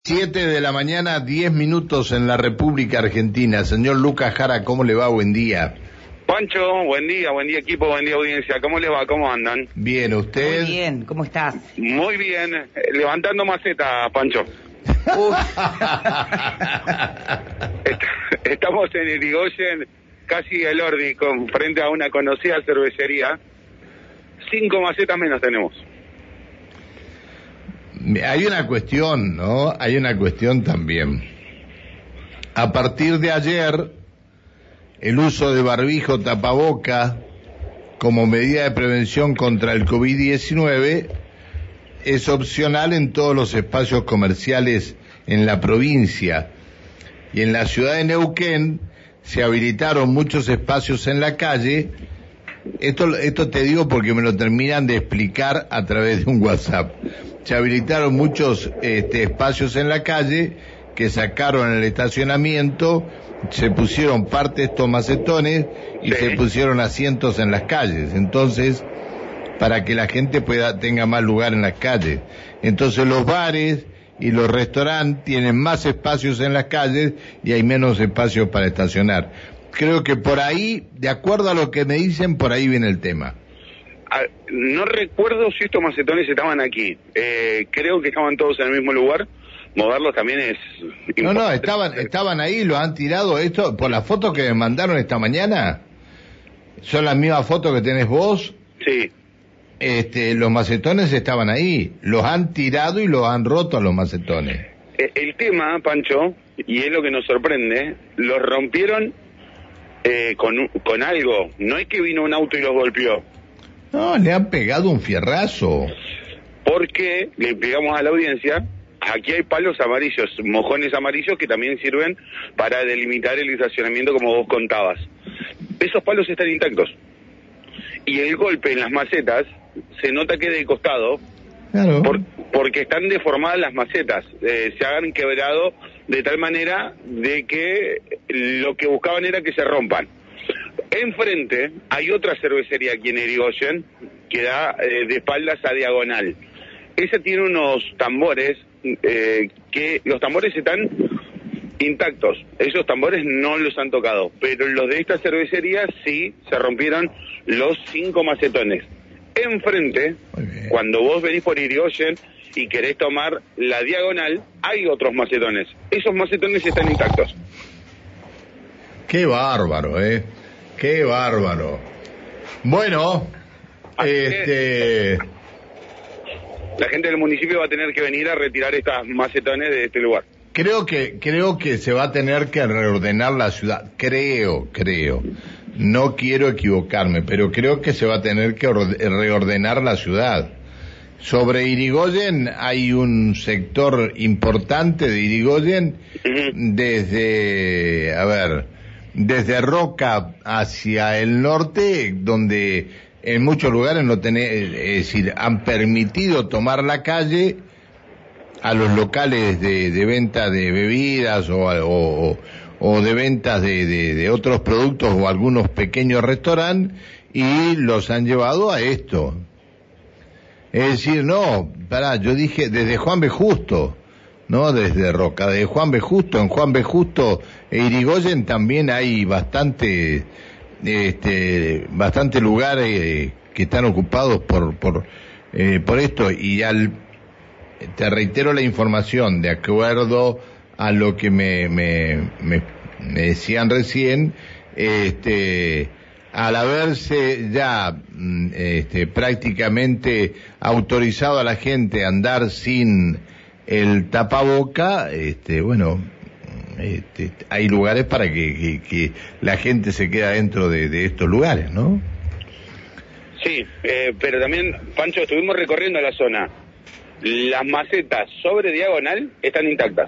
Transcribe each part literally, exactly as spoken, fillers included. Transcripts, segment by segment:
Siete de la mañana, diez minutos en la República Argentina. Señor Lucas Jara, ¿cómo le va? Buen día. Pancho, buen día, buen día equipo, buen día audiencia. ¿Cómo le va? ¿Cómo andan? Bien, ¿usted? Muy bien, ¿cómo estás? Muy bien, eh, levantando maceta, Pancho. Est- Estamos en Irigoyen, casi el Ordi, con, frente a una conocida cervecería. Cinco macetas menos tenemos. Hay una cuestión, ¿no? Hay una cuestión también. A partir de ayer, el uso de barbijo tapaboca como medida de prevención contra el COVID diecinueve es opcional en todos los espacios comerciales en la provincia. Y en la ciudad de Neuquén se habilitaron muchos espacios en la calle. Esto, esto te digo porque me lo terminan de explicar a través de un WhatsApp. Se habilitaron muchos este, espacios en la calle que sacaron el estacionamiento, se pusieron parte de estos macetones y Sí. se pusieron asientos en las calles. Entonces, para que la gente pueda tenga más lugar en las calles. Entonces los bares y los restaurantes tienen más espacios en las calles y hay menos espacios para estacionar. Creo que por ahí, de acuerdo a lo que me dicen, por ahí viene el tema. Ah, no recuerdo si estos macetones estaban aquí. Eh, creo que estaban todos en el mismo lugar. Moverlos también es No, no, importante. estaban estaban ahí, lo han tirado. Esto, por las fotos que me mandaron esta mañana, son las mismas fotos que tenés vos. Sí. Este, los macetones estaban ahí, los han tirado y los han roto a los macetones. Eh, El tema, Pancho, y es lo que nos sorprende, los rompieron eh, con, un- con algo. No es que vino un auto y los golpeó. No, le han pegado un fierrazo. Porque, le explicamos a la audiencia, aquí hay palos amarillos, mojones amarillos que también sirven para delimitar el estacionamiento como vos contabas. Esos palos están intactos. Y el golpe en las macetas se nota que de costado, Claro. por- porque están deformadas las macetas, eh, se han quebrado de tal manera de que lo que buscaban era que se rompan. Enfrente hay otra cervecería aquí en Irigoyen que da eh, de espaldas a diagonal. Esa tiene unos tambores eh, que los tambores están intactos. Esos tambores no los han tocado, pero los de esta cervecería sí se rompieron los cinco macetones. Enfrente, Muy bien. cuando vos venís por Irigoyen y querés tomar la diagonal, hay otros macetones. Esos macetones están intactos. Qué bárbaro, eh. Qué bárbaro. Bueno, Así este, La gente del municipio va a tener que venir a retirar estas macetones de este lugar. creo que creo que se va a tener que reordenar la ciudad. Creo, creo. No quiero equivocarme, pero creo que se va a tener que orde- reordenar la ciudad. Sobre Irigoyen hay un sector importante de Irigoyen Ujú. desde, a ver, desde Roca hacia el norte, donde en muchos lugares no tenés, es decir, han permitido tomar la calle a los locales de, de venta de bebidas o, o, o de ventas de, de, de otros productos o algunos pequeños restaurantes y los han llevado a esto. Es decir, no, pará, yo dije desde Juan B. Justo, no desde Roca, desde Juan B. Justo, en Juan B. Justo e Irigoyen también hay bastante, este, bastante lugares eh, que están ocupados por, por, eh, por esto y al, te reitero la información, de acuerdo a lo que me, me, me, me decían recién, este, al haberse ya mm, este, prácticamente autorizado a la gente a andar sin el tapaboca, este, bueno, este, hay lugares para que, que, que la gente se quede dentro de, de estos lugares, ¿no? Sí, eh, pero también, Pancho, estuvimos recorriendo la zona. Las macetas sobre diagonal están intactas.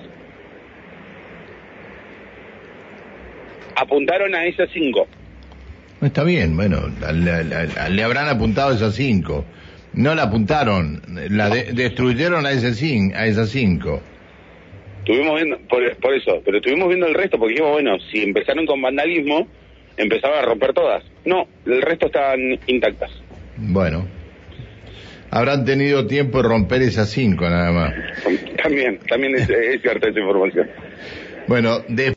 Apuntaron a esas cinco. No está bien, bueno, le, le- le habrán apuntado esas cinco. No la apuntaron, la de- destruyeron a, ese cin- a esas cinco. Estuvimos viendo, por, por eso, pero estuvimos viendo el resto, porque dijimos, bueno, si empezaron con vandalismo, empezaban a romper todas. No, el resto estaban intactas. Bueno, habrán tenido tiempo de romper esas cinco nada más. También, también es, es cierta esa información. Bueno, de